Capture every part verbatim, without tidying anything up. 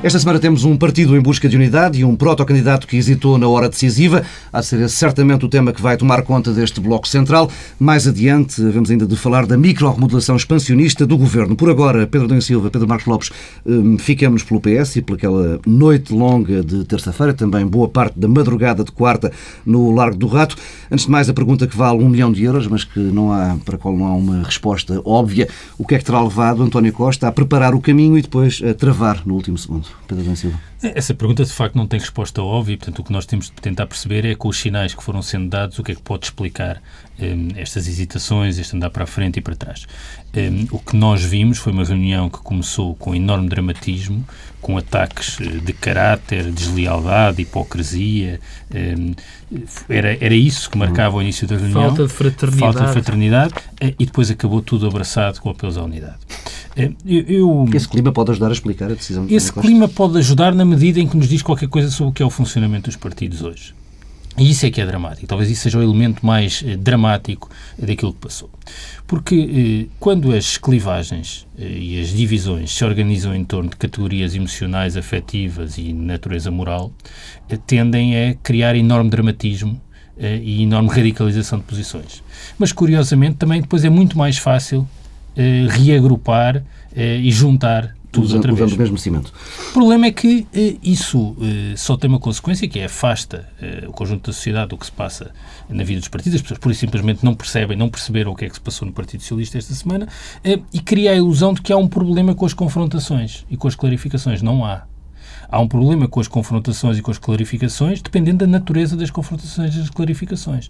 Esta semana temos um partido em busca de unidade e um protocandidato que hesitou na hora decisiva. Há de ser esse certamente o tema que vai tomar conta deste bloco central. Mais adiante, vamos ainda de falar da micro-remodelação expansionista do Governo. Por agora, Pedro Adão Silva, Pedro Marcos Lopes, ficamos pelo P S e pelaquela noite longa de terça-feira, também boa parte da madrugada de quarta no Largo do Rato. Antes de mais, a pergunta que vale um milhão de euros, mas que não há, para a qual não há uma resposta óbvia. O que é que terá levado António Costa a preparar o caminho e depois a travar no último segundo? Pedro Adão Silva. Essa pergunta, de facto, não tem resposta óbvia. Portanto, o que nós temos de tentar perceber é, com os sinais que foram sendo dados, o que é que pode explicar um, estas hesitações, este andar para a frente e para trás. Um, o que nós vimos foi uma reunião que começou com enorme dramatismo, com ataques de caráter, deslealdade, hipocrisia. Um, era, era isso que marcava o início da reunião. Falta de fraternidade. Falta de fraternidade e depois acabou tudo abraçado com apelos à unidade. Eu, eu, esse clima pode ajudar a explicar a decisão de Esse clima pode ajudar na medida em que nos diz qualquer coisa sobre o que é o funcionamento dos partidos hoje. E isso é que é dramático. Talvez isso seja o elemento mais eh, dramático daquilo que passou. Porque eh, quando as clivagens eh, e as divisões se organizam em torno de categorias emocionais, afetivas e natureza moral, eh, tendem a criar enorme dramatismo eh, e enorme radicalização de posições. Mas, curiosamente, também depois é muito mais fácil eh, reagrupar eh, e juntar tudo usando, outra vez. Usando o mesmo cimento. O problema é que eh, isso eh, só tem uma consequência, que é afasta eh, o conjunto da sociedade do que se passa na vida dos partidos. As pessoas, por isso, simplesmente não percebem, não perceberam o que é que se passou no Partido Socialista esta semana eh, e cria a ilusão de que há um problema com as confrontações e com as clarificações. Não há. Há um problema com as confrontações e com as clarificações, dependendo da natureza das confrontações e das clarificações.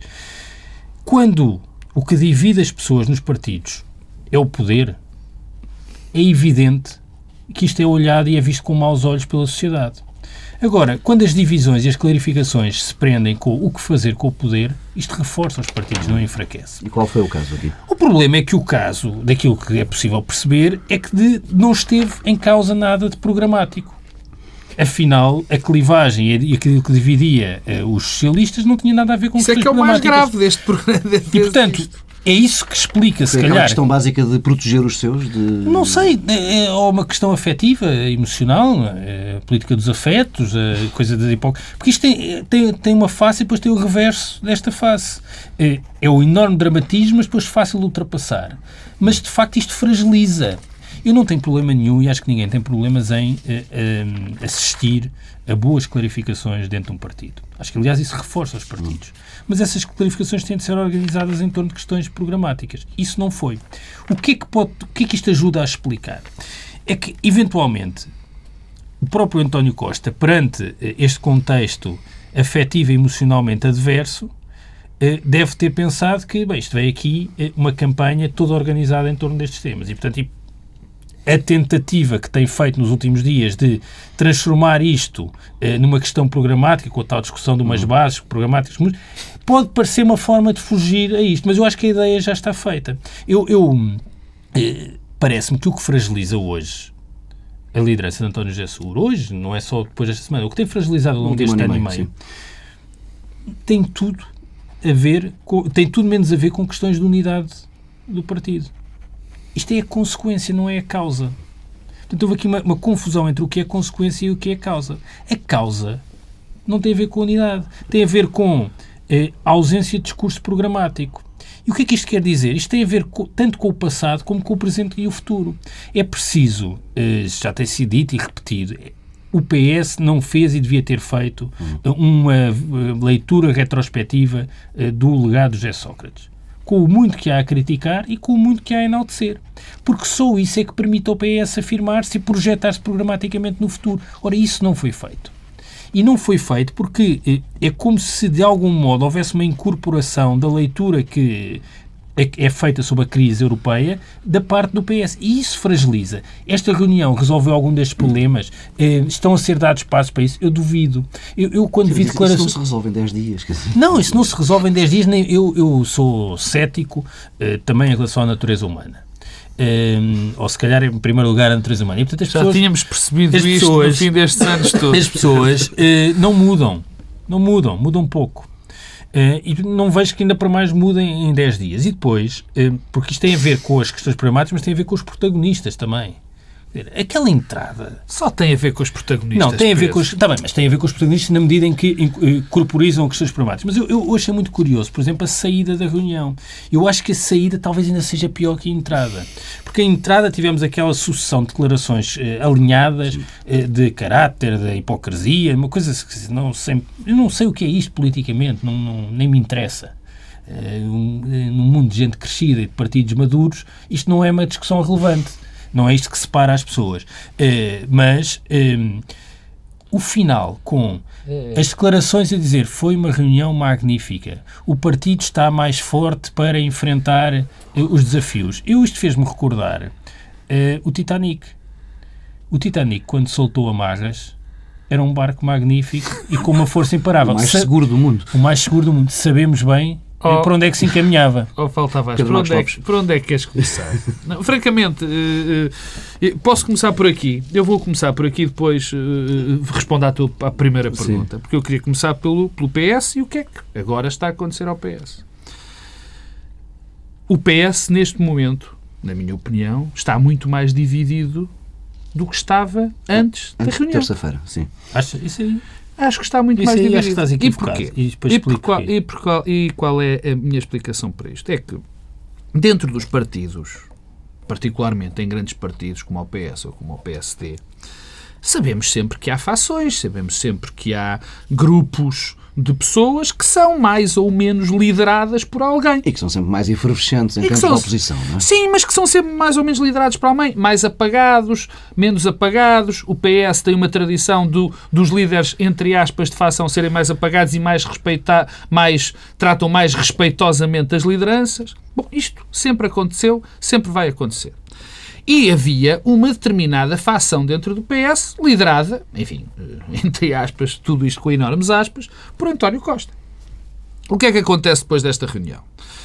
Quando o que divide as pessoas nos partidos é o poder, é evidente que isto é olhado e é visto com maus olhos pela sociedade. Agora, quando as divisões e as clarificações se prendem com o que fazer com o poder, isto reforça os partidos, não enfraquece. E qual foi o caso aqui? O problema é que o caso, daquilo que é possível perceber, é que de, não esteve em causa nada de programático. Afinal, a clivagem e aquilo que dividia uh, os socialistas não tinha nada a ver com isso é que é o mais grave deste programa. E, portanto, é isso que explica, se calhar. É a questão básica de proteger os seus? De... Não sei, é ou uma questão afetiva, emocional, é a política dos afetos, a coisa da hipócrisia. Porque isto tem, tem, tem uma face e depois tem o reverso desta face. É, é o enorme dramatismo, mas depois fácil de ultrapassar. Mas, de facto, isto fragiliza. Eu não tenho problema nenhum, e acho que ninguém tem problemas em eh, eh, assistir a boas clarificações dentro de um partido. Acho que, aliás, isso reforça os partidos. Mas essas clarificações têm de ser organizadas em torno de questões programáticas. Isso não foi. O que é que, pode, o que é que isto ajuda a explicar? É que, eventualmente, o próprio António Costa, perante este contexto afetivo e emocionalmente adverso, deve ter pensado que, bem, isto veio aqui uma campanha toda organizada em torno destes temas. E, portanto, a tentativa que tem feito nos últimos dias de transformar isto eh, numa questão programática, com a tal discussão de umas bases programáticas, pode parecer uma forma de fugir a isto, mas eu acho que a ideia já está feita. Eu, eu eh, parece-me que o que fragiliza hoje a liderança de António José Seguro, hoje, não é só depois desta semana, o que tem fragilizado ao longo deste ano e meio, tem tudo a ver, com, tem tudo menos a ver com questões de unidade do partido. Isto é a consequência, não é a causa. Portanto, houve aqui uma, uma confusão entre o que é a consequência e o que é a causa. A causa não tem a ver com a unidade. Tem a ver com eh, a ausência de discurso programático. E o que é que isto quer dizer? Isto tem a ver com, tanto com o passado como com o presente e o futuro. É preciso, eh, já tem sido dito e repetido, o P S não fez e devia ter feito uma leitura retrospectiva eh, do legado de José Sócrates, com o muito que há a criticar e com o muito que há a enaltecer. Porque só isso é que permite ao P S afirmar-se e projetar-se programaticamente no futuro. Ora, isso não foi feito. E não foi feito porque é como se, de algum modo, houvesse uma incorporação da leitura que é feita sobre a crise europeia da parte do P S. E isso fragiliza. Esta reunião resolveu algum destes problemas? Eh, estão a ser dados passos para isso? Eu duvido. Eu, eu quando Sim, vi declarações... Isso não se resolve em dez dias. Quer dizer. Não, isso não se resolve em dez dias. Nem... Eu, eu sou cético eh, também em relação à natureza humana. Eh, ou se calhar, em primeiro lugar, a natureza humana. E, portanto, as Já pessoas, tínhamos percebido as isto pessoas, no fim destes anos todos. As pessoas eh, não mudam. Não mudam. Mudam pouco. Uh, e não vejo que ainda para mais mudem em dez dias. E depois, uh, porque isto tem a ver com as questões programáticas, mas tem a ver com os protagonistas também. Aquela entrada... Só tem a ver com os protagonistas. Não, tem a ver com os... Está bem, mas tem a ver com os protagonistas na medida em que corporizam questões problemáticas. Mas eu, eu achei muito curioso, por exemplo, a saída da reunião. Eu acho que a saída talvez ainda seja pior que a entrada. Porque a entrada tivemos aquela sucessão de declarações eh, alinhadas, eh, de caráter, de hipocrisia, uma coisa que não sei... Eu não sei o que é isto politicamente, não, não, nem me interessa. Uh, um, num mundo de gente crescida e de partidos maduros, isto não é uma discussão relevante. Não é isto que separa as pessoas. Uh, mas um, o final, com as declarações a dizer foi uma reunião magnífica, o partido está mais forte para enfrentar uh, os desafios. Eu, isto fez-me recordar uh, o Titanic. O Titanic, quando soltou amarras, era um barco magnífico e com uma força imparável. O mais seguro do mundo. O mais seguro do mundo. Sabemos bem oh, para onde é que se encaminhava. Oh, faltava por, onde é que, por onde é que queres começar? Não, francamente, uh, uh, posso começar por aqui. Eu vou começar por aqui e depois uh, responder à, tua, à primeira pergunta. Sim. Porque eu queria começar pelo, pelo P S e o que é que agora está a acontecer ao P S. O P S, neste momento, na minha opinião, está muito mais dividido do que estava antes, antes da reunião. Terça-feira, sim. Acho, isso aí... Acho que está muito isso mais aí, dividido. Acho que estás equivocado. E porquê? E, e, por qual, e, por qual, e qual é a minha explicação para isto? É que dentro dos partidos, particularmente em grandes partidos como o P S ou como o P S D, sabemos sempre que há fações, sabemos sempre que há grupos de pessoas que são mais ou menos lideradas por alguém. E que são sempre mais efervescentes em tempos de oposição, não é? Sim, mas que são sempre mais ou menos liderados por alguém. Mais apagados, menos apagados. O P S tem uma tradição do, dos líderes, entre aspas, de facção serem mais apagados e mais, respeita, mais tratam mais respeitosamente as lideranças. Bom, isto sempre aconteceu, sempre vai acontecer. E havia uma determinada facção dentro do P S, liderada, enfim, entre aspas, tudo isto com enormes aspas, por António Costa. O que é que acontece depois desta reunião?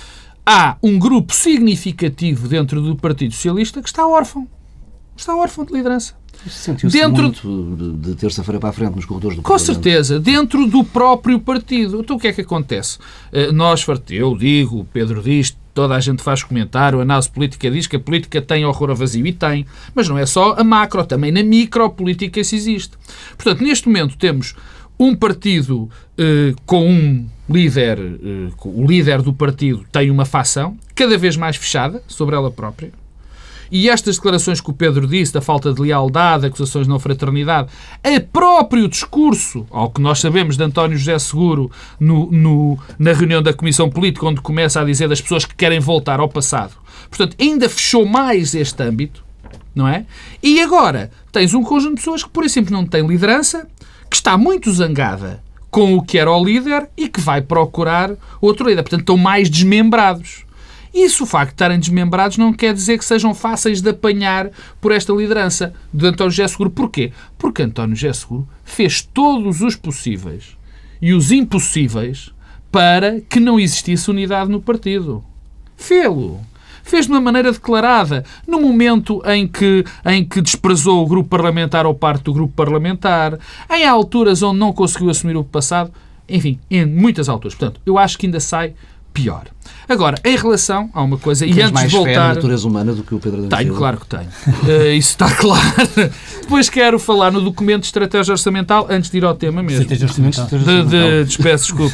Há um grupo significativo dentro do Partido Socialista que está órfão. Está órfão de liderança. Sentiu-se dentro muito de terça-feira para a frente nos corredores do Com Parlamento. Certeza, dentro do próprio partido. Então o que é que acontece? Nós, eu digo, Pedro diz, toda a gente faz comentário, a análise política diz que a política tem horror a vazio, e tem. Mas não é só a macro, também na micropolítica isso existe. Portanto, neste momento temos um partido eh, com um líder, eh, o líder do partido tem uma facção cada vez mais fechada sobre ela própria. E estas declarações que o Pedro disse, da falta de lealdade, acusações de não fraternidade, é próprio discurso, ao que nós sabemos de António José Seguro no, no, na reunião da Comissão Política, onde começa a dizer das pessoas que querem voltar ao passado. Portanto, ainda fechou mais este âmbito, não é? E agora tens um conjunto de pessoas que, por exemplo, não têm liderança, que está muito zangada com o que era o líder e que vai procurar outro líder. Portanto, estão mais desmembrados. Isso, o facto de estarem desmembrados, não quer dizer que sejam fáceis de apanhar por esta liderança de António José Seguro. Porquê? Porque António José Seguro fez todos os possíveis e os impossíveis para que não existisse unidade no partido. Fê-lo. Fez de uma maneira declarada. No momento em que, em que desprezou o grupo parlamentar ou parte do grupo parlamentar, em alturas onde não conseguiu assumir o passado, enfim, em muitas alturas. Portanto, eu acho que ainda sai pior. Agora, em relação a uma coisa... E, e antes mais de voltar... fé na natureza humana do que o Pedro da Tenho, claro que tenho. Uh, isso está claro. Depois quero falar no documento de estratégia orçamental, antes de ir ao tema mesmo. Estratégia orçamental. De, de, de, peço desculpa.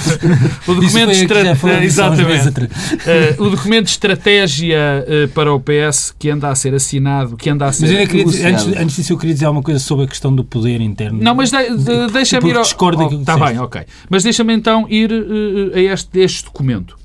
O documento de estratégia... Exatamente. Uh, o documento de estratégia uh, para o P S que anda a ser assinado, que anda a ser... Mas eu queria dizer, antes, antes disso eu queria dizer alguma coisa sobre a questão do poder interno. Não, mas de, de, deixa-me ir ao... Discordo daquilo que Está bem, ok. Mas deixa-me então ir uh, a este, este documento.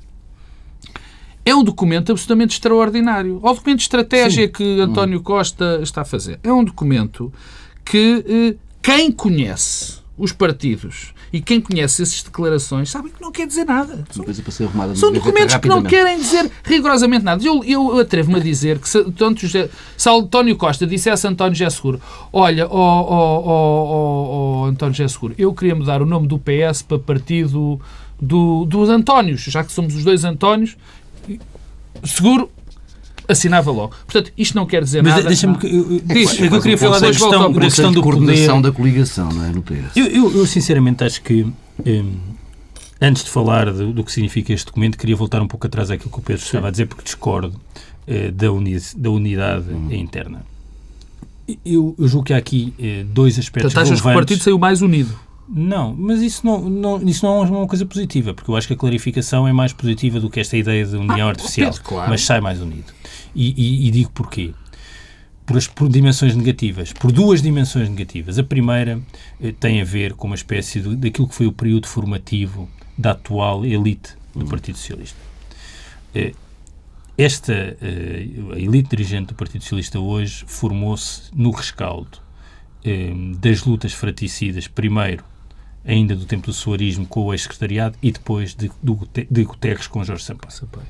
É um documento absolutamente extraordinário. O documento de estratégia Sim. que António Costa está a fazer. É um documento que eh, quem conhece os partidos e quem conhece essas declarações sabe que não quer dizer nada. São, são documentos que não querem dizer rigorosamente nada. Eu, eu atrevo-me a dizer que se, José, se António Costa dissesse a António José Seguro, olha, ó oh, oh, oh, oh, António José Seguro, eu queria mudar o nome do P S para partido do, dos Antónios, já que somos os dois Antónios, Seguro assinava logo. Portanto, isto não quer dizer Mas nada. Deixa-me que eu, Diz, eu, eu queria falar da questão, da questão do coordenação poder. da coligação, não é, no P S. Eu, eu, eu sinceramente acho que um, antes de falar do, do que significa este documento, queria voltar um pouco atrás àquilo que o Pedro Sim. estava a dizer, porque discordo uh, da, uni, da unidade hum. interna. Eu, eu julgo que há aqui eh, dois aspectos Portanto, achas relevantes. que o partido saiu mais unido? Não, mas isso não, não, isso não é uma coisa positiva, porque eu acho que a clarificação é mais positiva do que esta ideia de união ah, artificial, Pedro, claro. Mas sai mais unido. E, e, e digo porquê. Por, as, por dimensões negativas, por duas dimensões negativas. A primeira eh, tem a ver com uma espécie de, daquilo que foi o período formativo da atual elite do Partido Socialista. Eh, esta eh, a elite dirigente do Partido Socialista hoje formou-se no rescaldo eh, das lutas fratricidas, primeiro ainda do tempo do soarismo com o ex-secretariado e depois de, de, de Guterres com Jorge Sampaio. Sampaio.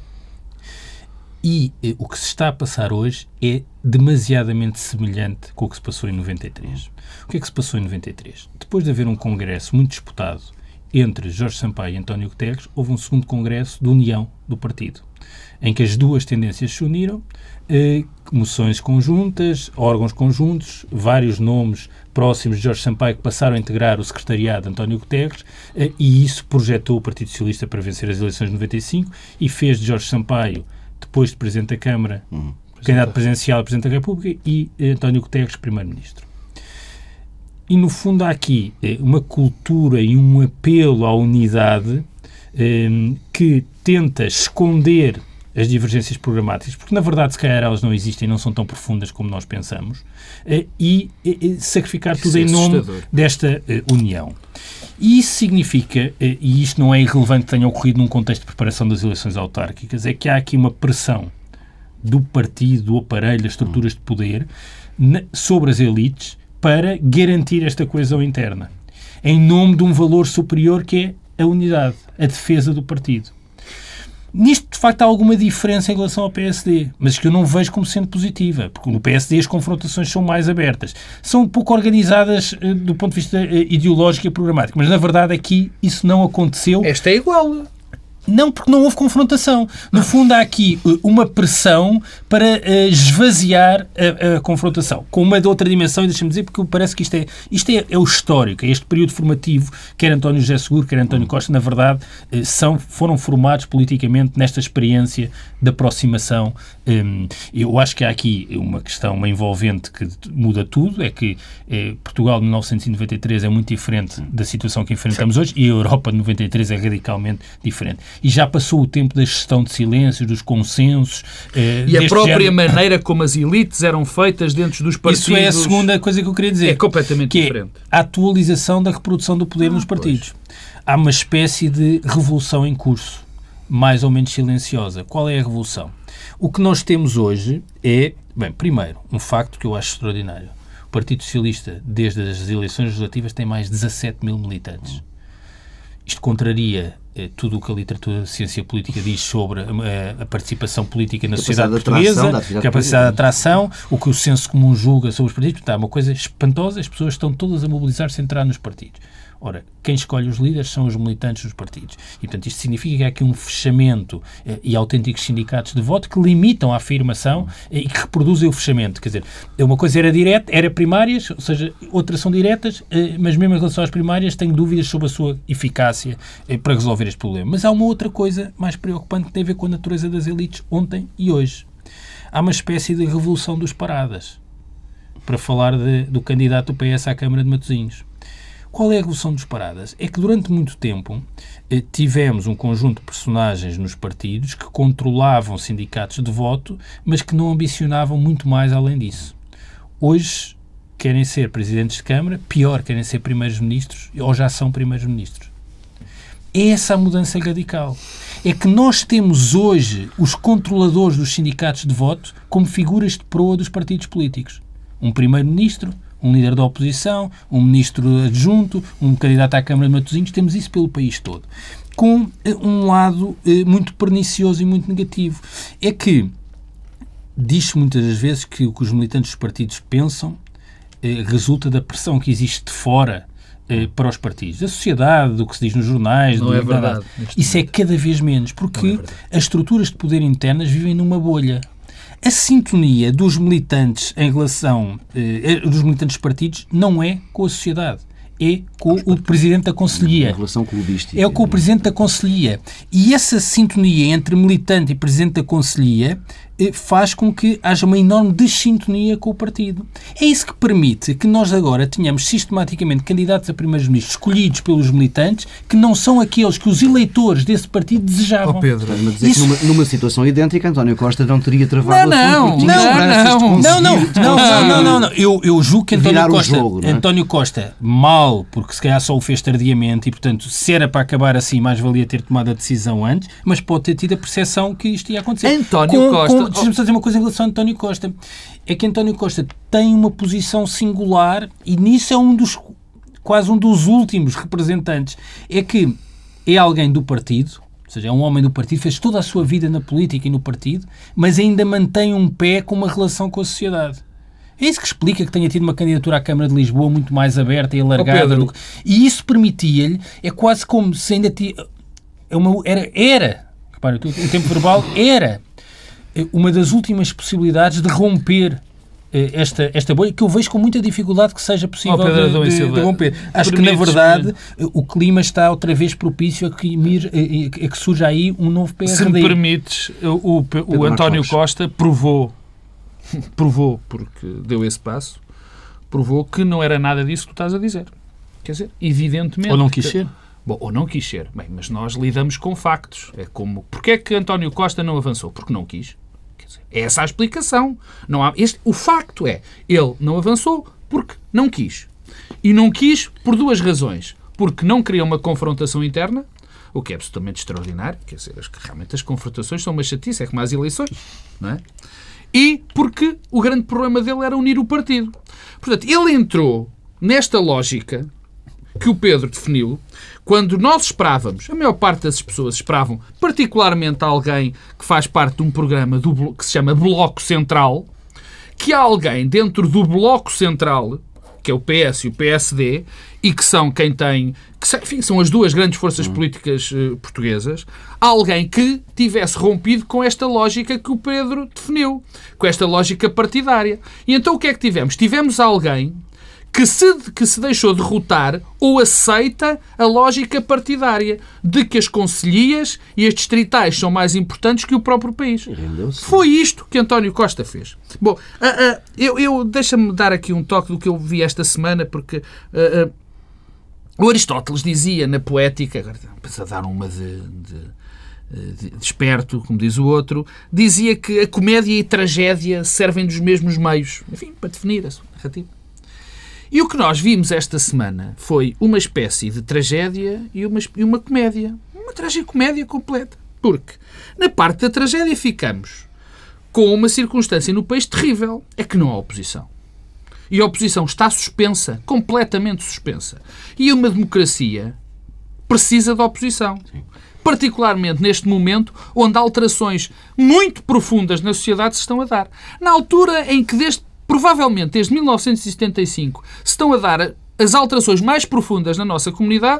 E eh, o que se está a passar hoje é demasiadamente semelhante com o que se passou em noventa e três. O que é que se passou em noventa e três? Depois de haver um congresso muito disputado entre Jorge Sampaio e António Guterres, houve um segundo congresso de união do partido, em que as duas tendências se uniram, eh, moções conjuntas, órgãos conjuntos, vários nomes próximos de Jorge Sampaio que passaram a integrar o secretariado de António Guterres, eh, e isso projetou o Partido Socialista para vencer as eleições de noventa e cinco e fez de Jorge Sampaio, depois de Presidente da Câmara, uhum. candidato presidencial a Presidente da República, e eh, António Guterres, Primeiro-Ministro. E, no fundo, há aqui eh, uma cultura e um apelo à unidade eh, que tenta esconder as divergências programáticas, porque, na verdade, se calhar elas não existem, não são tão profundas como nós pensamos, eh, e eh, sacrificar tudo em nome desta eh, união. E isso significa, eh, e isto não é irrelevante que tenha ocorrido num contexto de preparação das eleições autárquicas, é que há aqui uma pressão do partido, do aparelho, das estruturas de poder na, sobre as elites para garantir esta coesão interna, em nome de um valor superior que é a unidade, a defesa do partido. Nisto, de facto, há alguma diferença em relação ao P S D, mas que eu não vejo como sendo positiva, porque no P S D as confrontações são mais abertas. São um pouco organizadas uh, do ponto de vista uh, ideológico e programático, mas, na verdade, aqui isso não aconteceu. Esta é igual. Não, porque não houve confrontação. No fundo, há aqui uh, uma pressão para uh, esvaziar a, a confrontação. Com uma de outra dimensão, e deixa-me dizer, porque parece que isto é, isto é, é o histórico, é este período formativo, quer António José Seguro, quer António Costa, na verdade, uh, são, foram formados politicamente nesta experiência de aproximação. Um, eu acho que há aqui uma questão, uma envolvente que muda tudo, é que eh, Portugal de mil novecentos e noventa e três é muito diferente da situação que enfrentamos hoje, e a Europa de noventa e três é radicalmente diferente. E já passou o tempo da gestão de silêncios, dos consensos. Eh, e a própria género... maneira como as elites eram feitas dentro dos partidos. Isso é a segunda coisa que eu queria dizer. É completamente que diferente. É a atualização da reprodução do poder ah, nos partidos. Pois. Há uma espécie de revolução em curso, mais ou menos silenciosa. Qual é a revolução? O que nós temos hoje é, bem, primeiro, um facto que eu acho extraordinário. O Partido Socialista, desde as eleições legislativas, tem mais de dezassete mil militantes. Isto contraria eh, tudo o que a literatura de ciência política diz sobre a, a participação política na sociedade portuguesa, a capacidade de atração, o que o senso comum julga sobre os partidos. Portanto, é uma coisa espantosa, as pessoas estão todas a mobilizar-se a entrar nos partidos. Ora, quem escolhe os líderes são os militantes dos partidos. E, portanto, isto significa que há aqui um fechamento eh, e autênticos sindicatos de voto que limitam a afirmação eh, e que reproduzem o fechamento. Quer dizer, uma coisa era direta, era primárias, ou seja, outras são diretas, eh, mas mesmo em relação às primárias tenho dúvidas sobre a sua eficácia eh, para resolver este problema. Mas há uma outra coisa mais preocupante que tem a ver com a natureza das elites ontem e hoje. Há uma espécie de revolução dos paradas, para falar de, do candidato do P S à Câmara de Matosinhos. Qual é a revolução dos paradas? É que durante muito tempo eh, tivemos um conjunto de personagens nos partidos que controlavam sindicatos de voto, mas que não ambicionavam muito mais além disso. Hoje querem ser presidentes de Câmara, pior, querem ser primeiros-ministros, ou já são primeiros-ministros. É essa a mudança radical. É que nós temos hoje os controladores dos sindicatos de voto como figuras de proa dos partidos políticos. Um primeiro-ministro, um líder da oposição, um ministro adjunto, um candidato à Câmara de Matosinhos, temos isso pelo país todo. Com um lado eh, muito pernicioso e muito negativo. É que diz-se muitas das vezes que o que os militantes dos partidos pensam eh, resulta da pressão que existe de fora eh, para os partidos. Da sociedade, do que se diz nos jornais. Não do, é verdade. Isso é cada vez menos, porque é as estruturas de poder internas vivem numa bolha. A sintonia dos militantes em relação eh, dos militantes dos partidos não é com a sociedade, é com o Presidente da Conselhia. A relação clubística. É com o Presidente da Conselhia. E essa sintonia entre militante e Presidente da Conselhia faz com que haja uma enorme desintonia com o partido. É isso que permite que nós agora tenhamos sistematicamente candidatos a primeiros-ministros escolhidos pelos militantes que não são aqueles que os eleitores desse partido desejavam. Oh, Pedro, mas dizer isso... que numa, numa situação idêntica, António Costa não teria travado não, a sua não, não, não, não, não, não, não, não, não. Eu, eu julgo que António Costa, jogo, é? António Costa, mal, porque se calhar só o fez tardiamente e, portanto, se era para acabar assim, mais valia ter tomado a decisão antes, mas pode ter tido a percepção que isto ia acontecer. António com, Costa... Com, deixa-me só dizer uma coisa em relação a António Costa. É que António Costa tem uma posição singular e nisso é um dos, quase um dos últimos representantes. É que é alguém do partido, ou seja, é um homem do partido, fez toda a sua vida na política e no partido, mas ainda mantém um pé com uma relação com a sociedade. É isso que explica que tenha tido uma candidatura à Câmara de Lisboa muito mais aberta e alargada. Oh, do que... E isso permitia-lhe, é quase como se ainda tinha... É uma... Era, era, repara, o tempo verbal era uma das últimas possibilidades de romper esta, esta bolha, que eu vejo com muita dificuldade que seja possível oh, Pedro, de, de, de romper. Acho que, na verdade, o clima está outra vez propício a que, a que surja aí um novo P R D. Se me permites, o, o, o António Costa provou, provou, porque deu esse passo, provou que não era nada disso que tu estás a dizer. Quer dizer, evidentemente... Ou não quis ser. Bom, ou não quis ser. Bem, mas nós lidamos com factos. É como... Porquê é que António Costa não avançou? Porque não quis. É essa a explicação. Não há, este, o facto é, ele não avançou porque não quis. E não quis por duas razões. Porque não queria uma confrontação interna, o que é absolutamente extraordinário. Quer dizer, realmente as confrontações são uma chatice, é como as eleições. Não é? E porque o grande problema dele era unir o partido. Portanto, ele entrou nesta lógica que o Pedro definiu, quando nós esperávamos, a maior parte das pessoas esperavam, particularmente alguém que faz parte de um programa do, que se chama Bloco Central, que há alguém dentro do Bloco Central, que é o P S e o P S D, e que são quem tem, que, enfim, são as duas grandes forças políticas uh, portuguesas, há alguém que tivesse rompido com esta lógica que o Pedro definiu, com esta lógica partidária. E então o que é que tivemos? Tivemos alguém que se, que se deixou derrotar ou aceita a lógica partidária de que as concelhias e as distritais são mais importantes que o próprio país. Foi isto que António Costa fez. Bom, uh, uh, eu, eu deixa-me dar aqui um toque do que eu vi esta semana, porque uh, uh, o Aristóteles dizia na Poética, agora a dar uma de... de De, de esperto, como diz o outro, dizia que a comédia e a tragédia servem dos mesmos meios, enfim, para definir a sua narrativa. E o que nós vimos esta semana foi uma espécie de tragédia e uma, e uma comédia. Uma tragicomédia completa. Porque na parte da tragédia ficamos com uma circunstância no país terrível. É que não há oposição. E a oposição está suspensa, completamente suspensa. E uma democracia precisa da oposição. Sim. Particularmente neste momento onde alterações muito profundas na sociedade se estão a dar. Na altura em que, desde, provavelmente desde mil novecentos e setenta e cinco, se estão a dar as alterações mais profundas na nossa comunidade,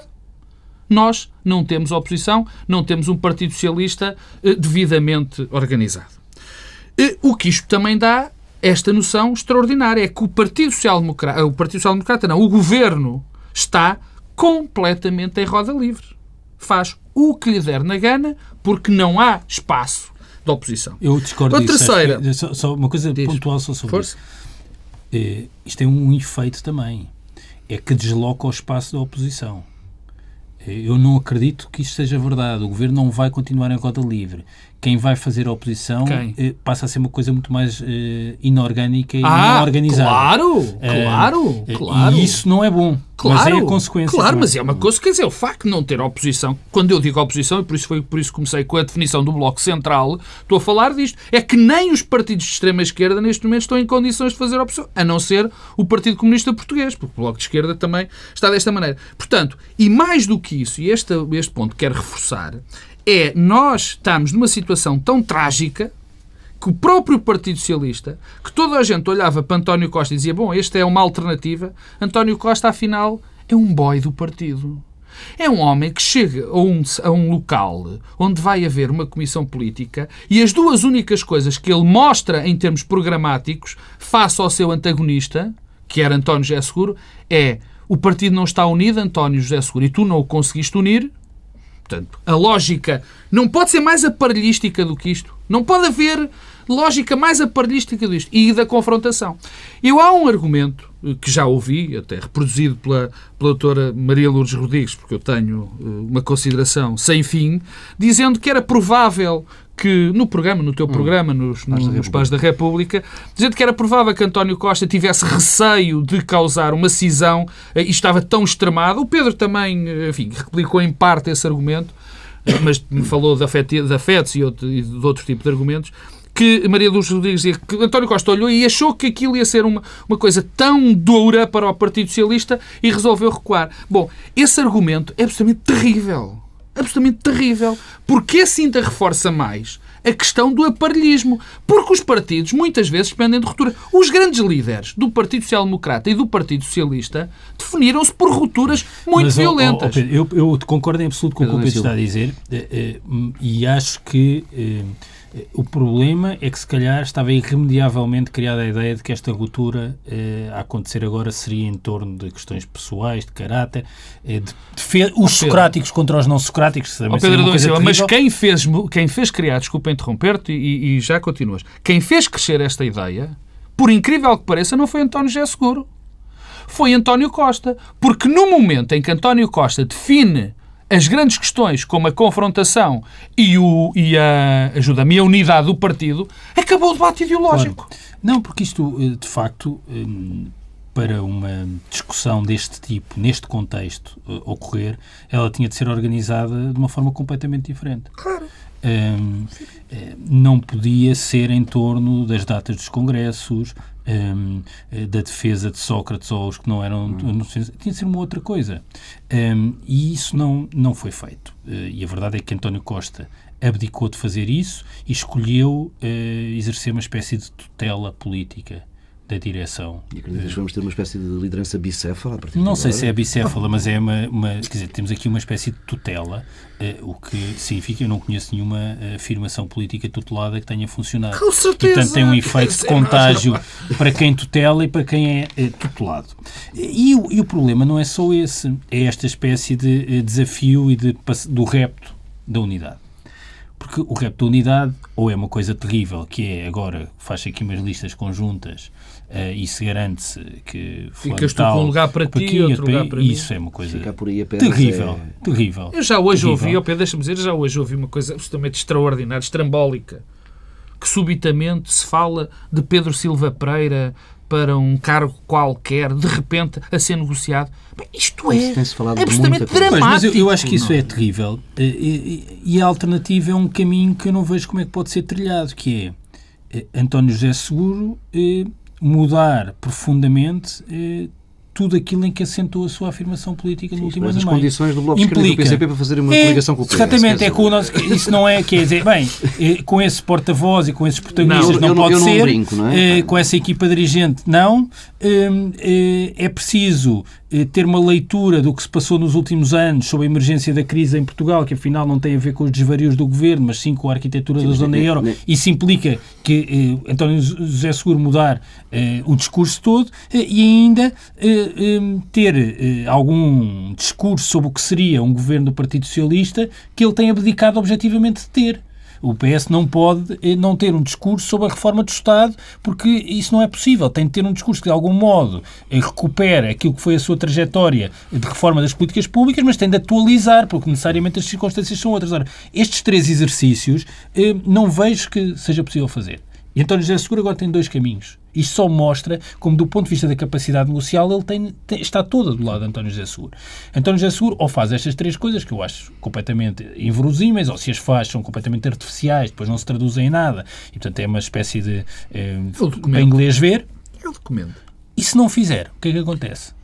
nós não temos oposição, não temos um Partido Socialista eh, devidamente organizado. Eh, o que isto também dá, esta noção extraordinária, é que o Partido Social Democrata, o Partido Social Democrata não, o Governo está completamente em roda livre. Faz o que lhe der na gana, porque não há espaço de oposição. Eu discordo a disso. terceira... Que, só, só uma coisa Diz. pontual só sobre Força. isso. É, isto tem um efeito também. É que desloca o espaço da oposição. Eu não acredito que isto seja verdade. O Governo não vai continuar em roda livre. Quem vai fazer a oposição eh, passa a ser uma coisa muito mais eh, inorgânica e ah, não organizada. Claro, claro, eh, claro. E isso não é bom. Claro, mas é a consequência. Claro, mas é uma coisa, quer dizer, o facto de não ter oposição, quando eu digo oposição, e por isso foi por isso que comecei com a definição do Bloco Central, estou a falar disto, é que nem os partidos de extrema-esquerda neste momento estão em condições de fazer oposição, a não ser o Partido Comunista Português, porque o Bloco de Esquerda também está desta maneira. Portanto, e mais do que isso, e este, este ponto quero reforçar, é nós estamos numa situação tão trágica que o próprio Partido Socialista, que toda a gente olhava para António Costa e dizia, bom, esta é uma alternativa, António Costa, afinal, é um boy do partido. É um homem que chega a um, a um local onde vai haver uma comissão política e as duas únicas coisas que ele mostra em termos programáticos face ao seu antagonista, que era António José Seguro, é o partido não está unido, António José Seguro, e tu não o conseguiste unir. Portanto, a lógica não pode ser mais aparelhística do que isto. Não pode haver lógica mais aparelhística disto. E da confrontação. Eu há um argumento que já ouvi, até reproduzido pela, pela doutora Maria Lourdes Rodrigues, porque eu tenho uma consideração sem fim, dizendo que era provável que no programa, no teu programa, hum, nos, nos, nos Pais da República, dizendo que era provável que António Costa tivesse receio de causar uma cisão e estava tão extremado. O Pedro também, enfim, replicou em parte esse argumento, mas me falou da F E T S e, outro, e de outro tipo de argumentos, que Maria Lourdes Rodrigues dizia que António Costa olhou e achou que aquilo ia ser uma, uma coisa tão dura para o Partido Socialista e resolveu recuar. Bom, esse argumento é absolutamente terrível. Absolutamente terrível. Porque esse ainda reforça mais a questão do aparelhismo. Porque os partidos, muitas vezes, dependem de ruptura. Os grandes líderes do Partido Social Democrata e do Partido Socialista definiram-se por rupturas muito Mas, violentas. Oh, oh, Pedro, eu, eu concordo em absoluto com o que o Pedro está a dizer e acho que o problema é que, se calhar, estava irremediavelmente criada a ideia de que esta ruptura eh, a acontecer agora seria em torno de questões pessoais, de caráter, eh, de, de fe... os socráticos contra os não socráticos. Oh, Pedro Adão Silva, mas quem fez, quem fez criar, desculpa interromper-te e, e já continuas, quem fez crescer esta ideia, por incrível que pareça, não foi António José Seguro. Foi António Costa. Porque no momento em que António Costa define as grandes questões, como a confrontação e, o, e a, ajuda-me, a unidade do partido, acabou o debate ideológico. Claro. Não, porque isto, de facto, para uma discussão deste tipo, neste contexto, ocorrer, ela tinha de ser organizada de uma forma completamente diferente. Claro. Um, não podia ser em torno das datas dos congressos, um, da defesa de Sócrates ou os que não eram... Hum. Tinha de ser uma outra coisa. Um, e isso não, não foi feito. Uh, e a verdade é que António Costa abdicou de fazer isso e escolheu uh, exercer uma espécie de tutela política da direção. E acreditas que vamos ter uma espécie de liderança bicéfala a partir de Não agora? sei se é bicéfala, mas é uma, uma... Quer dizer, temos aqui uma espécie de tutela, uh, o que significa que eu não conheço nenhuma uh, afirmação política tutelada que tenha funcionado. Com certeza! E, portanto, tem um efeito de contágio para quem tutela e para quem é uh, tutelado. E, e o problema não é só esse, é esta espécie de uh, desafio e de, do repto da unidade. Porque o repto da unidade ou é uma coisa terrível, que é agora, faz aqui umas listas conjuntas uh, e se garante-se que... Ficas tu com um lugar para ti e outro lugar para mim. Isso é uma coisa por aí terrível, é... terrível. Eu já hoje terrível. ouvi, oh Pedro, deixa-me dizer, já hoje ouvi uma coisa absolutamente extraordinária, estrambólica, que subitamente se fala de Pedro Silva Pereira para um cargo qualquer, de repente, a ser negociado. Bem, isto é absolutamente dramático. Mas eu, eu acho que isso é terrível. E, e, e a alternativa é um caminho que eu não vejo como é que pode ser trilhado, que é António José Seguro eh, mudar profundamente eh, tudo aquilo em que assentou a sua afirmação política no Sim, último ano. As condições do Bloco de Esquerda e do P C P para fazer uma é, coligação com o P S. Exatamente, é com o nosso, isso não é, quer dizer, bem, é, com esse porta-voz e com esses protagonistas não, não eu, pode eu não ser, brinco, não é? é, com essa equipa dirigente não, é, é preciso ter uma leitura do que se passou nos últimos anos sobre a emergência da crise em Portugal, que afinal não tem a ver com os desvarios do governo, mas sim com a arquitetura sim, da zona euro. Né? Isso implica que eh, António José Seguro mudar eh, o discurso todo eh, e ainda eh, eh, ter eh, algum discurso sobre o que seria um governo do Partido Socialista que ele tem abdicado objetivamente de ter. O P S não pode não ter um discurso sobre a reforma do Estado, porque isso não é possível. Tem de ter um discurso que, de algum modo, recupera aquilo que foi a sua trajetória de reforma das políticas públicas, mas tem de atualizar, porque necessariamente as circunstâncias são outras. Ora, estes três exercícios não vejo que seja possível fazer. E António José Seguro agora tem dois caminhos. Isto só mostra como, do ponto de vista da capacidade negocial, ele tem, tem, está toda do lado de António José Seguro. António José Seguro ou faz estas três coisas que eu acho completamente inverosímeis, ou se as faz são completamente artificiais, depois não se traduzem em nada, e portanto é uma espécie de eh, para inglês ver. É o documento. E se não fizer, o que é que acontece?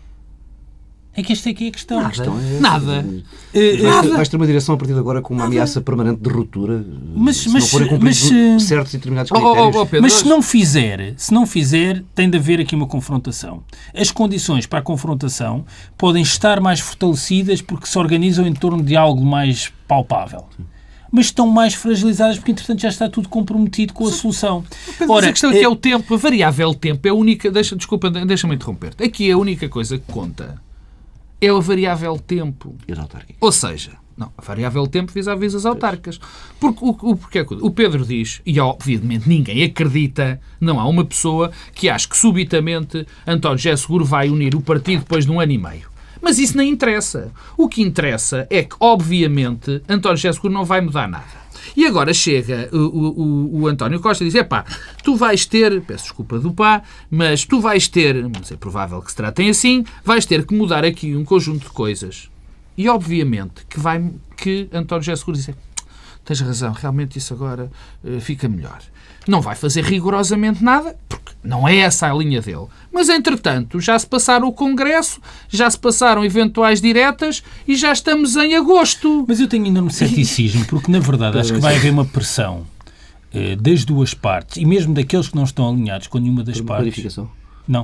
É que esta é que é a questão. Nada. A questão é Nada. Uh, Nada. Vais ter uma direção a partir de agora com uma Nada. ameaça permanente de ruptura, mas, se mas, não forem cumpridos mas, certos e determinados critérios. Oh, oh, oh, Pedro, mas se não fizer, se não fizer, tem de haver aqui uma confrontação. As condições para a confrontação podem estar mais fortalecidas porque se organizam em torno de algo mais palpável. Sim. Mas estão mais fragilizadas porque, entretanto, já está tudo comprometido com a solução. Pedro, Ora, a questão é que é o tempo, a variável tempo é a única... Deixa, desculpa, deixa-me interromper-te. Aqui a única coisa que conta é a variável tempo. E as autárquicas? Ou seja, não, a variável tempo vis-à-vis as autárquicas. Porque o, o, porque o Pedro diz, e obviamente ninguém acredita, não há uma pessoa que ache que subitamente António José Seguro vai unir o partido depois de um ano e meio. Mas isso não interessa. O que interessa é que, obviamente, António José Seguro não vai mudar nada. E agora chega o, o, o António Costa e diz, epá, tu vais ter, peço desculpa do pá, mas tu vais ter, mas é provável que se tratem assim, vais ter que mudar aqui um conjunto de coisas. E obviamente que, vai, que António José Seguro diz, tens razão, realmente isso agora uh, fica melhor. Não vai fazer rigorosamente nada, porque não é essa a linha dele. Mas, entretanto, já se passaram o Congresso, já se passaram eventuais diretas e já estamos em agosto. Mas eu tenho ainda um ceticismo, porque, na verdade, acho que vai haver uma pressão eh, das duas partes, e mesmo daqueles que não estão alinhados com nenhuma das Para uma partes. clarificação? Não.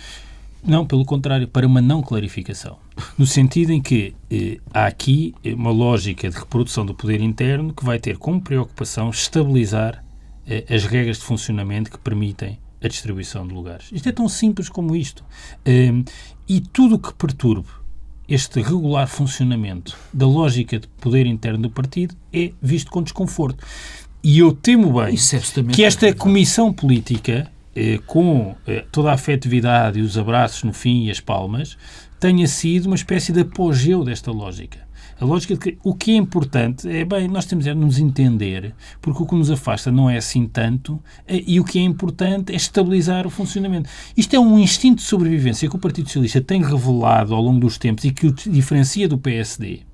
Não, pelo contrário, para uma não clarificação. No sentido em que eh, há aqui uma lógica de reprodução do poder interno que vai ter como preocupação estabilizar eh, as regras de funcionamento que permitem a distribuição de lugares. Isto é tão simples como isto. Eh, e tudo o que perturbe este regular funcionamento da lógica de poder interno do partido é visto com desconforto. E eu temo bem é que esta comissão política, eh, com eh, toda a afetividade e os abraços no fim e as palmas, tenha sido uma espécie de apogeu desta lógica. A lógica de que o que é importante é, bem, nós temos de nos entender, porque o que nos afasta não é assim tanto, e o que é importante é estabilizar o funcionamento. Isto é um instinto de sobrevivência que o Partido Socialista tem revelado ao longo dos tempos e que o diferencia do P S D,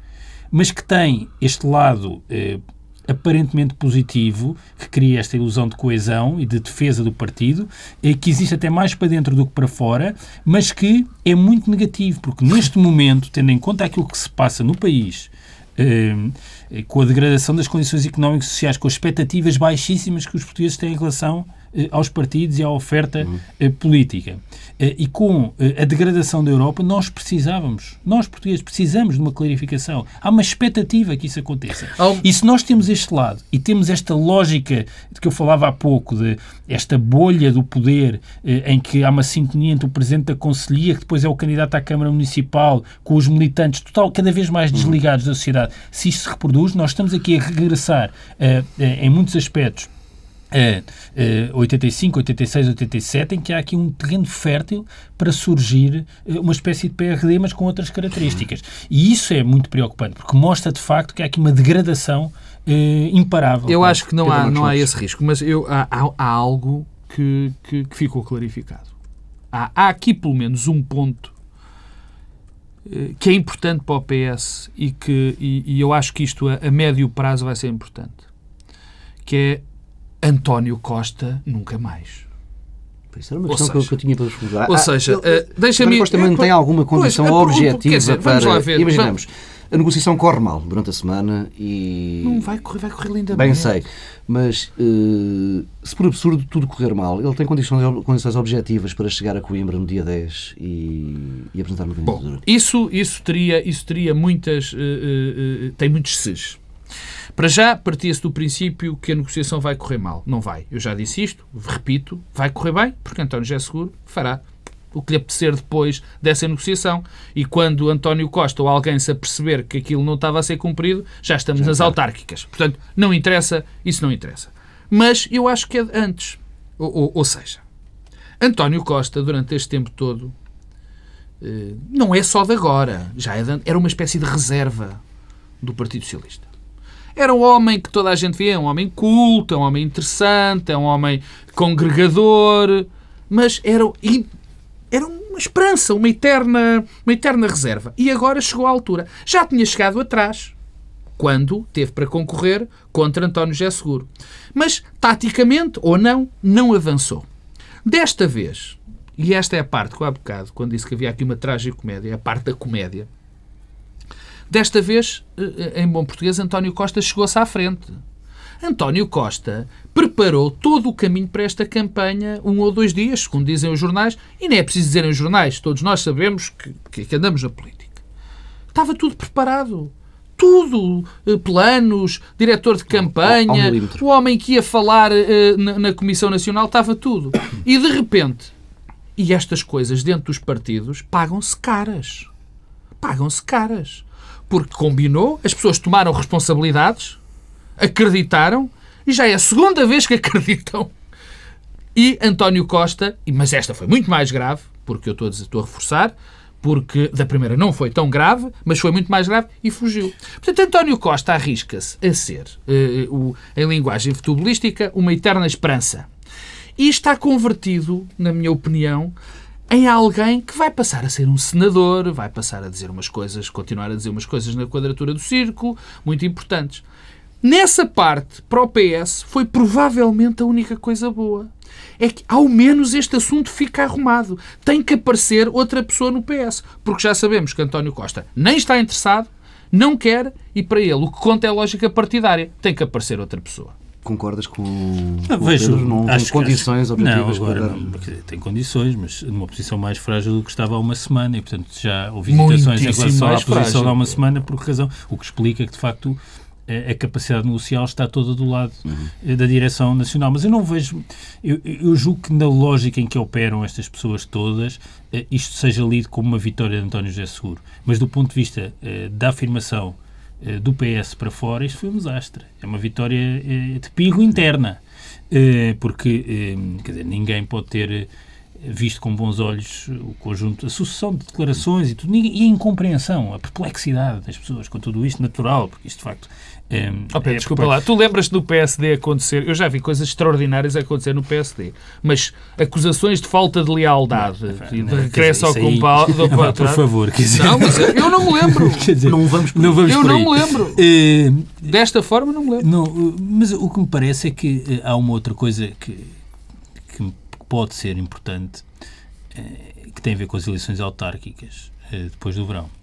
mas que tem este lado eh, aparentemente positivo, que cria esta ilusão de coesão e de defesa do partido, que existe até mais para dentro do que para fora, mas que é muito negativo, porque neste momento, tendo em conta aquilo que se passa no país, eh, com a degradação das condições económicas e sociais, com as expectativas baixíssimas que os portugueses têm em relação eh, aos partidos e à oferta eh, política, eh, e com eh, a degradação da Europa, nós precisávamos, nós portugueses precisamos de uma clarificação. Há uma expectativa que isso aconteça. Oh. E se nós temos este lado e temos esta lógica de que eu falava há pouco, de esta bolha do poder eh, em que há uma sintonia entre o Presidente da Conselhia, que depois é o candidato à Câmara Municipal, com os militantes total, cada vez mais desligados da sociedade, se isto se reproduz, nós estamos aqui a regressar uh, uh, em muitos aspectos a uh, uh, oitenta e cinco, oitenta e seis, oitenta e sete, em que há aqui um terreno fértil para surgir uh, uma espécie de P R D, mas com outras características. E isso é muito preocupante, porque mostra de facto que há aqui uma degradação uh, imparável. Eu acho que não há, não há esse risco, mas eu, há, há, há algo que, que, que ficou clarificado. Há, há aqui pelo menos um ponto que é importante para o P S e que e, e eu acho que isto a, a médio prazo vai ser importante, que é António Costa nunca mais. Isso era uma questão seja, que eu tinha para responder. Ou seja, ah, deixa-me... António Costa também tem alguma condição pois, objetiva dizer, para... Ver, imaginemos, a negociação corre mal durante a semana e... Não, vai correr, vai correr lindamente. Bem sei, mas uh, se por absurdo tudo correr mal, ele tem condições, condições objetivas para chegar a Coimbra no dia dez e, e apresentar uma candidatura. Bom, isso, isso, teria, isso teria muitas... Uh, uh, uh, tem muitos ses. Para já, partia-se do princípio que a negociação vai correr mal. Não vai. Eu já disse isto, repito, vai correr bem, porque António José Seguro fará o que lhe apetecer depois dessa negociação. E quando António Costa ou alguém se aperceber que aquilo não estava a ser cumprido, já estamos já nas está. autárquicas. Portanto, não interessa, isso não interessa. Mas eu acho que é antes. Ou, ou, ou seja, António Costa, durante este tempo todo, eh, não é só de agora. Já é de, era uma espécie de reserva do Partido Socialista. Era um homem que toda a gente via, um homem culto, um homem interessante, um homem congregador, mas era... Era uma esperança, uma eterna, uma eterna reserva. E agora chegou à altura. Já tinha chegado atrás, quando teve para concorrer contra António José Seguro. Mas, taticamente, ou não, não avançou. Desta vez, e esta é a parte que eu há bocado, quando disse que havia aqui uma tragicomédia, é a parte da comédia, desta vez, em bom português, António Costa chegou-se à frente. António Costa preparou todo o caminho para esta campanha um ou dois dias, segundo dizem os jornais, e nem é preciso dizerem os jornais, todos nós sabemos que, que andamos na política. Estava tudo preparado. Tudo. Planos, diretor de campanha, o homem que ia falar uh, na, na Comissão Nacional, estava tudo. E de repente, e estas coisas dentro dos partidos pagam-se caras. pagam-se caras. Porque combinou, as pessoas tomaram responsabilidades, acreditaram, e já é a segunda vez que acreditam. E António Costa, mas esta foi muito mais grave, porque eu estou a, dizer, estou a reforçar, porque da primeira não foi tão grave, mas foi muito mais grave e fugiu. Portanto, António Costa arrisca-se a ser, uh, uh, em linguagem futebolística, uma eterna esperança. E está convertido, na minha opinião, em alguém que vai passar a ser um senador, vai passar a dizer umas coisas, continuar a dizer umas coisas na quadratura do círculo, muito importantes. Nessa parte, para o P S, foi provavelmente a única coisa boa. É que, ao menos, este assunto fica arrumado. Tem que aparecer outra pessoa no P S. Porque já sabemos que António Costa nem está interessado, não quer, e para ele o que conta é a lógica partidária. Tem que aparecer outra pessoa. Concordas com, ah, com vejo, o Pedro? Não tem condições acho, objetivas não, agora, para dar... não, porque tem condições, mas numa posição mais frágil do que estava há uma semana. E, portanto, já houve hesitações em relação à posição de há uma semana, por razão. O que explica que, de facto, a capacidade negocial está toda do lado uhum. da direção nacional. Mas eu não vejo... Eu, eu julgo que na lógica em que operam estas pessoas todas, isto seja lido como uma vitória de António José Seguro. Mas do ponto de vista da afirmação do P S para fora, isto foi um desastre. É uma vitória de pirro interna. Porque, quer dizer, ninguém pode ter visto com bons olhos o conjunto, a sucessão de declarações e tudo, e a incompreensão, a perplexidade das pessoas com tudo isto natural, porque isto de facto... É, oh, Pedro, é, desculpa lá, tu lembras-te do P S D acontecer, eu já vi coisas extraordinárias a acontecer no P S D, mas acusações de falta de lealdade não, e de regresso ao compal... Por, por favor, quer dizer... Não, mas eu não me lembro. Quer dizer, não vamos por não vamos Eu por não me lembro. É, Desta forma não me lembro. Não, mas o que me parece é que há uma outra coisa que, que pode ser importante, que tem a ver com as eleições autárquicas depois do verão.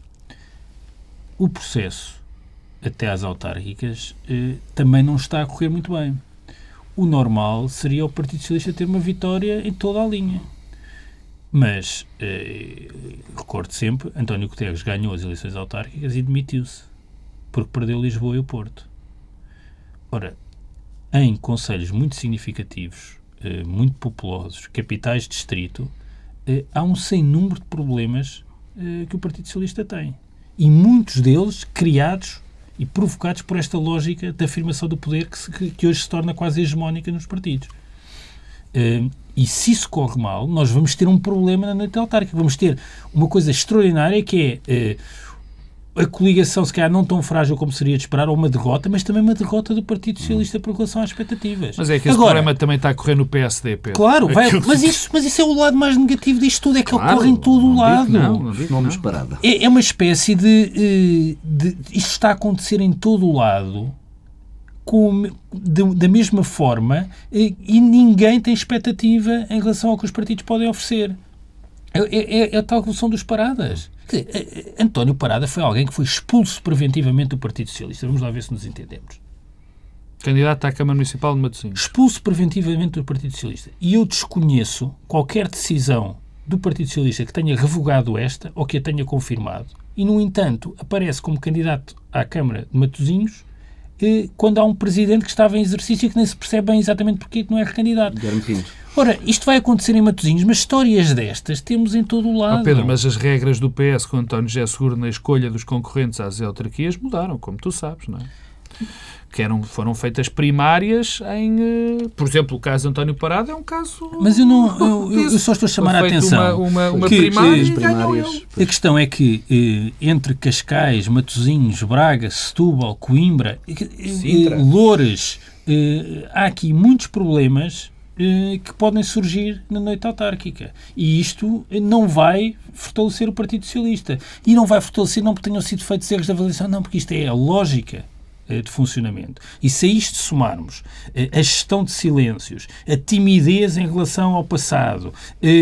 O processo até às autárquicas também não está a correr muito bem. O normal seria o Partido Socialista ter uma vitória em toda a linha. Mas, recordo sempre, António Guterres ganhou as eleições autárquicas e demitiu-se, porque perdeu Lisboa e o Porto. Ora, em concelhos muito significativos, muito populosos, capitais de distrito, há um sem número de problemas que o Partido Socialista tem. E muitos deles criados e provocados por esta lógica da afirmação do poder que, se, que hoje se torna quase hegemónica nos partidos. E se isso corre mal, nós vamos ter um problema na noite autárquica. Vamos ter uma coisa extraordinária que é a coligação, se calhar não tão frágil como seria de esperar, ou uma derrota, mas também uma derrota do Partido Socialista por relação às expectativas. Mas é que esse Agora, problema também está a correr no P S D, Pedro. Claro, vai, mas, isso, mas isso é o lado mais negativo disto tudo, é que claro, ocorre em todo o lado. Não, não digo não. Não. É, é uma espécie de, de... Isto está a acontecer em todo o lado, com, de, da mesma forma, e, e ninguém tem expectativa em relação ao que os partidos podem oferecer. É, é, é a tal evolução dos Paradas. Quer dizer, António Parada foi alguém que foi expulso preventivamente do Partido Socialista. Vamos lá ver se nos entendemos. Candidato à Câmara Municipal de Matosinhos. Expulso preventivamente do Partido Socialista. E eu desconheço qualquer decisão do Partido Socialista que tenha revogado esta ou que a tenha confirmado. E, no entanto, aparece como candidato à Câmara de Matosinhos eh, quando há um presidente que estava em exercício e que nem se percebe bem exatamente porque que não é recandidato. Ora, isto vai acontecer em Matosinhos, mas histórias destas temos em todo o lado. Oh Pedro, mas as regras do P S com António José Seguro na escolha dos concorrentes às autarquias mudaram, como tu sabes, não é? Que eram, foram feitas primárias em... Por exemplo, o caso de António Parada é um caso... Mas eu, não, eu, eu, eu só estou a chamar a atenção. Uma, uma, uma que, primária que, e primárias. A questão é que eh, entre Cascais, Matosinhos, Braga, Setúbal, Coimbra, eh, Loures, eh, há aqui muitos problemas que podem surgir na noite autárquica. E isto não vai fortalecer o Partido Socialista. E não vai fortalecer não porque tenham sido feitos erros de avaliação, não, porque isto é a lógica de funcionamento. E se a isto somarmos a gestão de silêncios, a timidez em relação ao passado,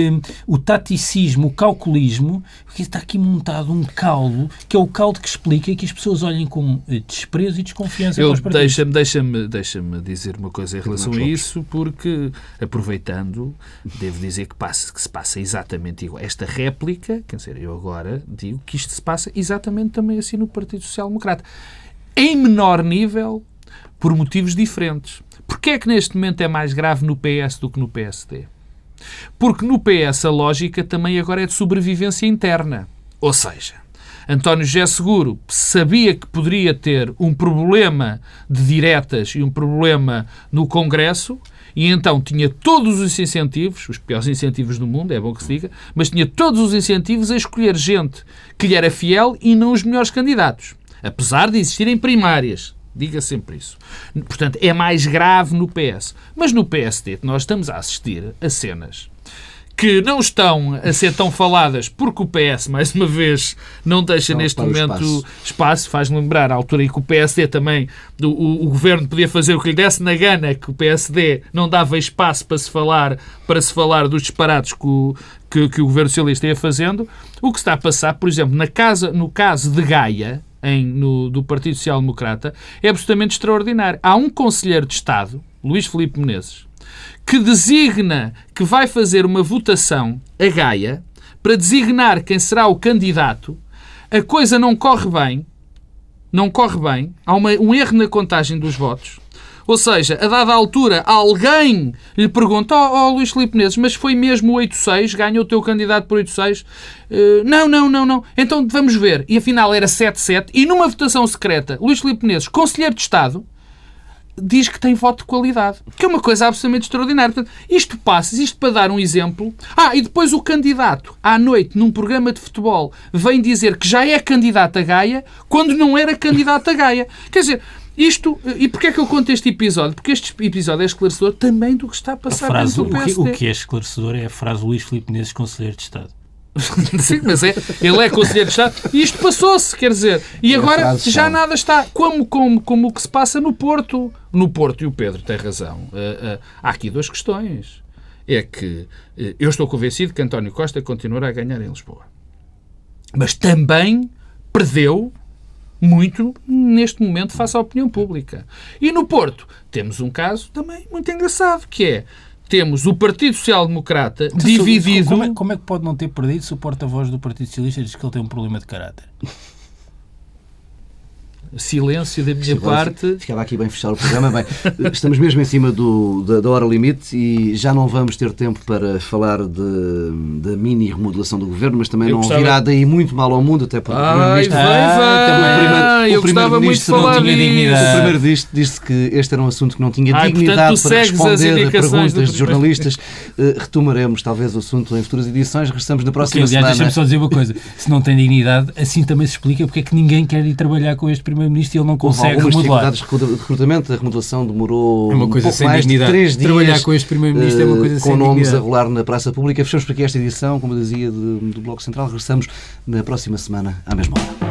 o taticismo, o calculismo, porque está aqui montado um caldo, que é o caldo que explica que as pessoas olhem com desprezo e desconfiança para os partidos. Deixa-me deixa-me, deixa-me dizer uma coisa em relação a isso, porque, aproveitando, devo dizer que, passa, que se passa exatamente igual. Esta réplica, quer dizer, eu agora digo que isto se passa exatamente também assim no Partido Social Democrata. Em menor nível, por motivos diferentes. Porquê é que neste momento é mais grave no P S do que no P S D? Porque no P S a lógica também agora é de sobrevivência interna. Ou seja, António José Seguro sabia que poderia ter um problema de diretas e um problema no Congresso, e então tinha todos os incentivos, os piores incentivos do mundo, é bom que se diga, mas tinha todos os incentivos a escolher gente que lhe era fiel e não os melhores candidatos. Apesar de existirem primárias. Diga sempre isso. Portanto, é mais grave no P S. Mas no P S D nós estamos a assistir a cenas que não estão a ser tão faladas porque o P S, mais uma vez, não deixa não, neste momento espaço. espaço. Faz-me lembrar a altura em que o P S D também, o, o, o governo podia fazer o que lhe desse na gana, que o P S D não dava espaço para se falar, para se falar dos disparates que o, que, que o governo socialista ia fazendo. O que está a passar, por exemplo, na casa, no caso de Gaia, em, no, do Partido Social Democrata, é absolutamente extraordinário. Há um conselheiro de Estado, Luís Filipe Menezes, que designa que vai fazer uma votação a Gaia para designar quem será o candidato. A coisa não corre bem, não corre bem, há uma, um erro na contagem dos votos. Ou seja, a dada altura, alguém lhe pergunta: ó oh, oh, Luís Filipe Menezes, mas foi mesmo o oito seis? Ganhou o teu candidato por oito seis? Uh, não, não, não, não. Então vamos ver. E afinal era sete sete. E numa votação secreta, Luís Filipe Menezes, conselheiro de Estado, diz que tem voto de qualidade. Que é uma coisa absolutamente extraordinária. Portanto, isto passa, isto para dar um exemplo. Ah, e depois o candidato, à noite, num programa de futebol, vem dizer que já é candidato a Gaia, quando não era candidato a Gaia. Quer dizer, isto... E porquê é que eu conto este episódio? Porque este episódio é esclarecedor também do que está a passar frase, dentro do P S D. O que, o que é esclarecedor é a frase Luís Filipe Menezes, conselheiro de Estado. Sim, mas é, ele é conselheiro de Estado e isto passou-se, quer dizer, e agora já nada está como, como, como o que se passa no Porto. No Porto, e o Pedro tem razão, uh, uh, há aqui duas questões. É que uh, eu estou convencido que António Costa continuará a ganhar em Lisboa. Mas também perdeu muito neste momento face à opinião pública. E no Porto temos um caso também muito engraçado, que é: temos o Partido Social Democrata então, dividido... Como é, como é que pode não ter perdido se o porta-voz do Partido Socialista diz que ele tem um problema de caráter? Silêncio da minha Sim, parte. Ficava aqui bem fechar o programa. Bem, estamos mesmo em cima do, da, da hora limite e já não vamos ter tempo para falar de, da mini remodelação do governo, mas também eu não gostava... virá daí muito mal ao mundo, até porque Ai, o Primeiro-Ministro... Ah, o Primeiro-Ministro não tinha dignidade. O Primeiro-Ministro disse que este era um assunto que não tinha Ai, dignidade portanto, para responder a perguntas de jornalistas. Uh, retomaremos talvez o assunto em futuras edições. Regressamos na próxima okay, semana. Deixa-me só dizer uma coisa. Se não tem dignidade, assim também se explica porque é que ninguém quer ir trabalhar com este Primeiro-Ministro e ele não consegue algumas remodelar. dificuldades de recrutamento, a remodelação demorou é uma coisa um pouco sem mais dignidade. de três dias. Trabalhar com este Primeiro-Ministro uh, é uma coisa sem com nomes dignidade. a rolar na praça pública. Fechamos por aqui esta edição, como eu dizia, do, do Bloco Central. Regressamos na próxima semana, à mesma hora.